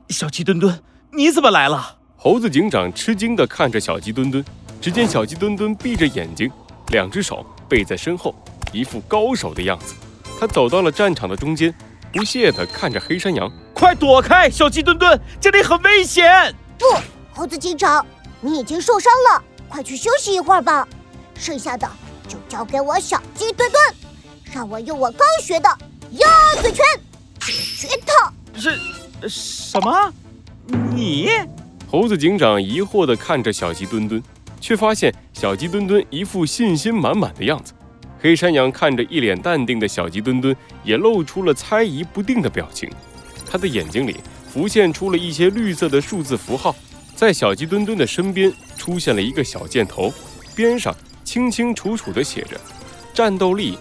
小鸡墩墩，你怎么来了？ 猴子警长吃惊地看着小鸡墩墩，只见小鸡墩墩闭着眼睛，两只手背在身后，一副高手的样子。他走到了战场的中间，不屑地看着黑山羊。 快躲开，小鸡墩墩，这里很危险！ 不，猴子警长，你已经受伤了，快去休息一会儿吧。剩下的就交给我小鸡墩墩，让我用我刚学的鸭嘴拳解决它。 什么？你？ 猴子警长疑惑地看着小鸡墩墩，却发现小鸡墩墩一副信心满满的样子。黑山羊看着一脸淡定的小鸡墩墩，也露出了猜疑不定的表情。他的眼睛里浮现出了一些绿色的数字符号，在小鸡墩墩的身边出现了一个小箭头，边上清清楚楚地写着战斗力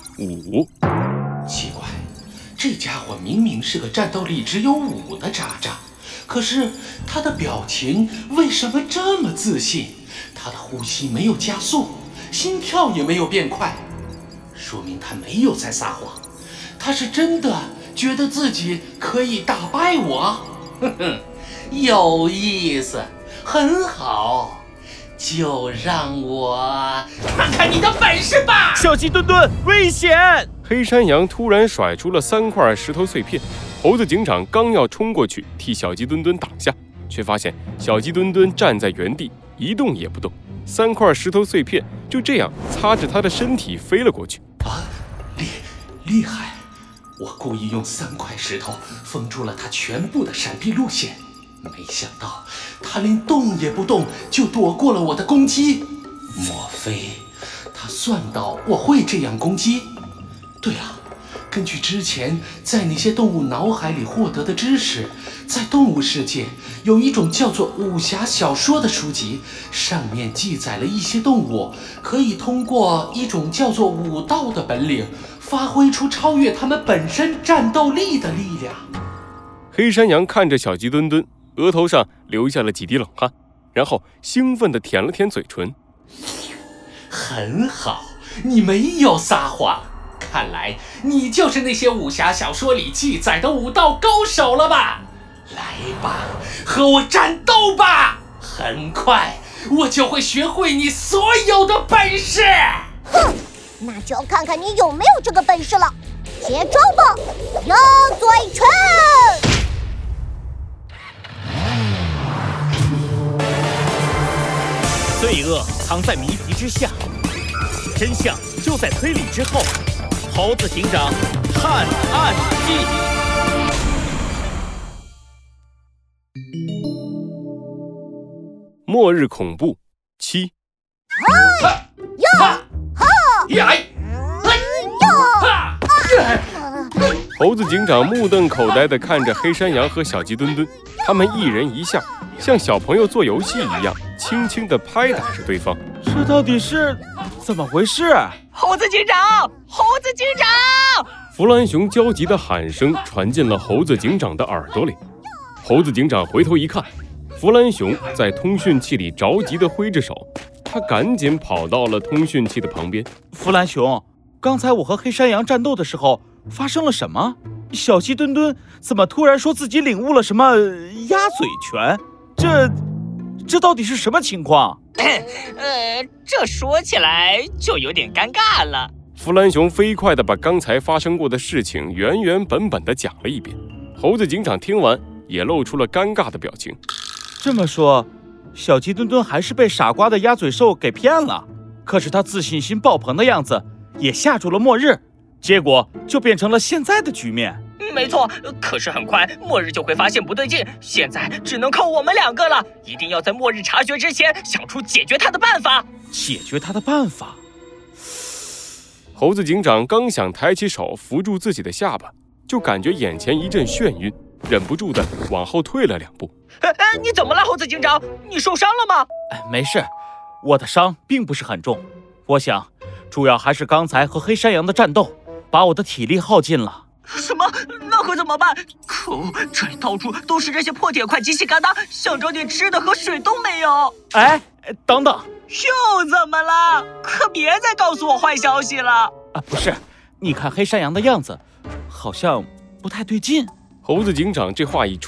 5。 奇怪，这家伙明明是个战斗力只有5的渣渣，可是他的表情为什么这么自信？他的呼吸没有加速，心跳也没有变快，说明他没有在撒谎，他是真的觉得自己可以打败我。哼哼，有意思，很好，就让我看看你的本事吧！ 小鸡墩墩，危险！ 黑山羊突然甩出了3块石头碎片，猴子警长刚要冲过去替小鸡墩墩挡下，却发现小鸡墩墩站在原地一动也不动，3块石头碎片就这样擦着他的身体飞了过去。 厉害！我故意用3块石头封住了他全部的闪避路线，没想到他连动也不动就躲过了我的攻击。莫非他算到我会这样攻击？对了，根据之前在那些动物脑海里获得的知识，在动物世界有一种叫做武侠小说的书籍，上面记载了一些动物可以通过一种叫做武道的本领，发挥出超越他们本身战斗力的力量。 黑山羊看着小鸡墩墩，额头上流下了几滴冷汗，然后兴奋地舔了舔嘴唇。 很好，你没有撒谎，看来你就是那些武侠小说里记载的武道高手了吧？来吧，和我战斗吧！很快我就会学会你所有的本事。 哼，那就要看看你有没有这个本事了。接招吧，鸭嘴拳！ 罪恶藏在谜题之下，真相就在推理之后。猴子警长探案记。 末日恐怖7。猴子警长目瞪口呆地看着黑山羊和小鸡墩墩，他们一人一下，像小朋友做游戏一样，轻轻地拍打着对方。 这到底是怎么回事？ 猴子警长，猴子警长！ 弗兰熊焦急的喊声传进了猴子警长的耳朵里。猴子警长回头一看，弗兰熊在通讯器里着急地挥着手，他赶紧跑到了通讯器的旁边。 弗兰熊，刚才我和黑山羊战斗的时候发生了什么？小鸡墩墩怎么突然说自己领悟了什么鸭嘴拳？这到底是什么情况？ 这说起来就有点尴尬了。 弗兰熊飞快地把刚才发生过的事情原原本本地讲了一遍。猴子警长听完也露出了尴尬的表情。 这么说，小鸡墩墩还是被傻瓜的鸭嘴兽给骗了，可是他自信心爆棚的样子也吓住了末日，结果就变成了现在的局面。 没错，可是很快末日就会发现不对劲，现在只能靠我们2个了，一定要在末日察觉之前想出解决他的办法。 解决他的办法？ 猴子警长刚想抬起手扶住自己的下巴，就感觉眼前一阵眩晕，忍不住的往后退了2步。 你怎么了，猴子警长？你受伤了吗？ 没事，我的伤并不是很重，我想主要还是刚才和黑山羊的战斗把我的体力耗尽了。 什么？那可怎么办？可恶，这里到处都是这些破铁块机器疙瘩，想找点吃的和水都没有。 哎，等等， 又怎么了？可别再告诉我坏消息了。 不是，你看黑山羊的样子好像不太对劲。 猴子警长这话一出，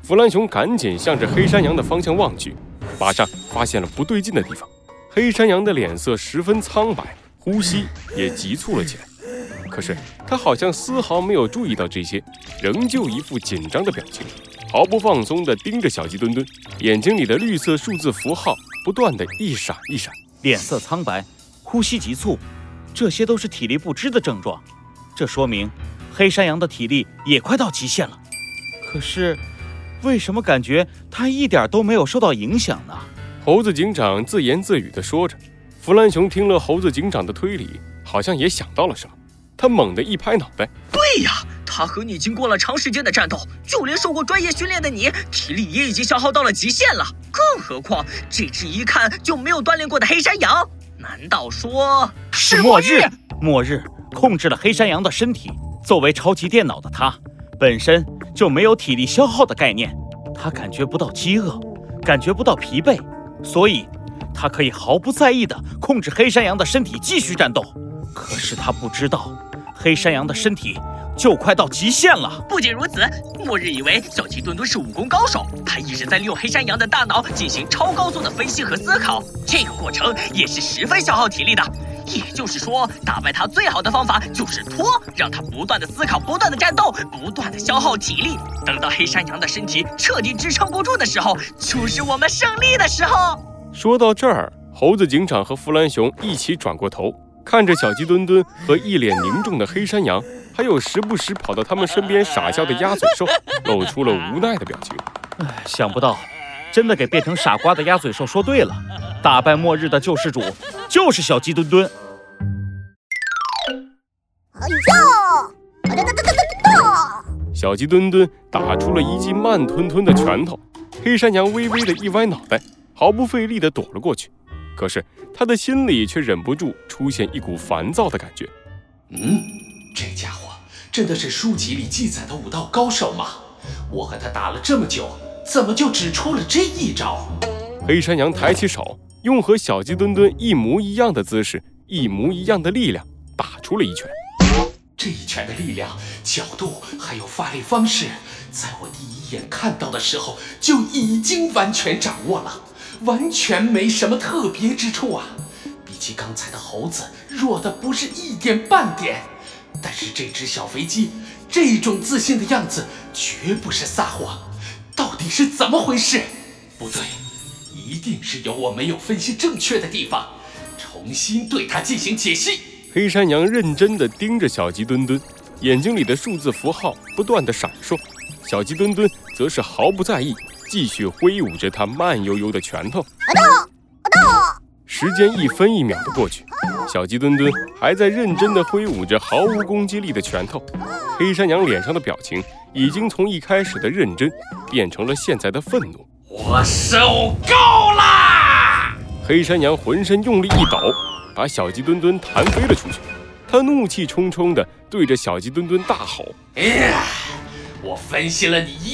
弗兰熊赶紧向着黑山羊的方向望去，马上发现了不对劲的地方。黑山羊的脸色十分苍白，呼吸也急促了起来。可是他好像丝毫没有注意到这些，仍旧一副紧张的表情，毫不放松地盯着小鸡墩墩，眼睛里的绿色数字符号不断地一闪一闪。 脸色苍白，呼吸急促，这些都是体力不支的症状。这说明黑山羊的体力也快到极限了。可是为什么感觉他一点都没有受到影响呢？ 猴子警长自言自语地说着。弗兰熊听了猴子警长的推理，好像也想到了什么，他猛地一拍脑袋。 对呀，他和你经过了长时间的战斗，就连受过专业训练的你，体力也已经消耗到了极限了。更何况这只一看就没有锻炼过的黑山羊，难道说是末日？ 末日控制了黑山羊的身体，作为超级电脑的他，本身就没有体力消耗的概念，他感觉不到饥饿，感觉不到疲惫，所以他可以毫不在意地控制黑山羊的身体继续战斗。可是他不知道，黑山羊的身体就快到极限了。 不仅如此，末日以为小鸡墩墩是武功高手，他一直在利用黑山羊的大脑进行超高速的分析和思考，这个过程也是十分消耗体力的。也就是说，打败他最好的方法就是拖，让他不断的思考，不断的战斗，不断的消耗体力。等到黑山羊的身体彻底支撑不住的时候，就是我们胜利的时候。 说到这儿，猴子警长和弗兰熊一起转过头，看着小鸡墩墩和一脸凝重的黑山羊，还有时不时跑到他们身边傻笑的鸭嘴兽，露出了无奈的表情。 想不到真的给变成傻瓜的鸭嘴兽说对了，打败末日的救世主就是小鸡墩墩。 哎呀！ 小鸡墩墩打出了一记慢吞吞的拳头，黑山羊微微的一歪脑袋，毫不费力地躲了过去。可是他的心里却忍不住出现一股烦躁的感觉。 这家伙真的是书籍里记载的武道高手吗？我和他打了这么久，怎么就只出了这一招？ 黑山羊抬起手，用和小鸡墩墩一模一样的姿势，一模一样的力量打出了一拳。 这一拳的力量、角度还有发力方式，在我第一眼看到的时候就已经完全掌握了，完全没什么特别之处啊！比起刚才的猴子，弱的不是一点半点。但是这只小肥鸡，这种自信的样子绝不是撒谎，到底是怎么回事？不对，一定是有我没有分析正确的地方，重新对它进行解析。 黑山羊认真地盯着小鸡墩墩，眼睛里的数字符号不断地闪烁。小鸡墩墩则是毫不在意，继续挥舞着他慢悠悠的拳头。时间1分1秒的过去，小鸡墩墩还在认真地挥舞着毫无攻击力的拳头。黑山羊脸上的表情已经从一开始的认真变成了现在的愤怒。 我受够啦！ 黑山羊浑身用力一抖，把小鸡墩墩弹飞了出去。他怒气冲冲地对着小鸡墩墩大吼： 我分析了你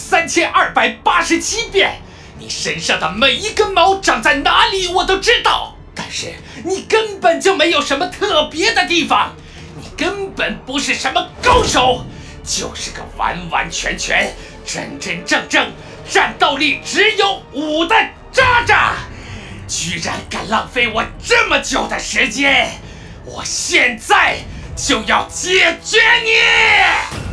13287遍，你身上的每一根毛长在哪里我都知道，但是你根本就没有什么特别的地方，你根本不是什么高手，就是个完完全全、真真正正战斗力只有5的渣渣，居然敢浪费我这么久的时间，我现在就要解决你！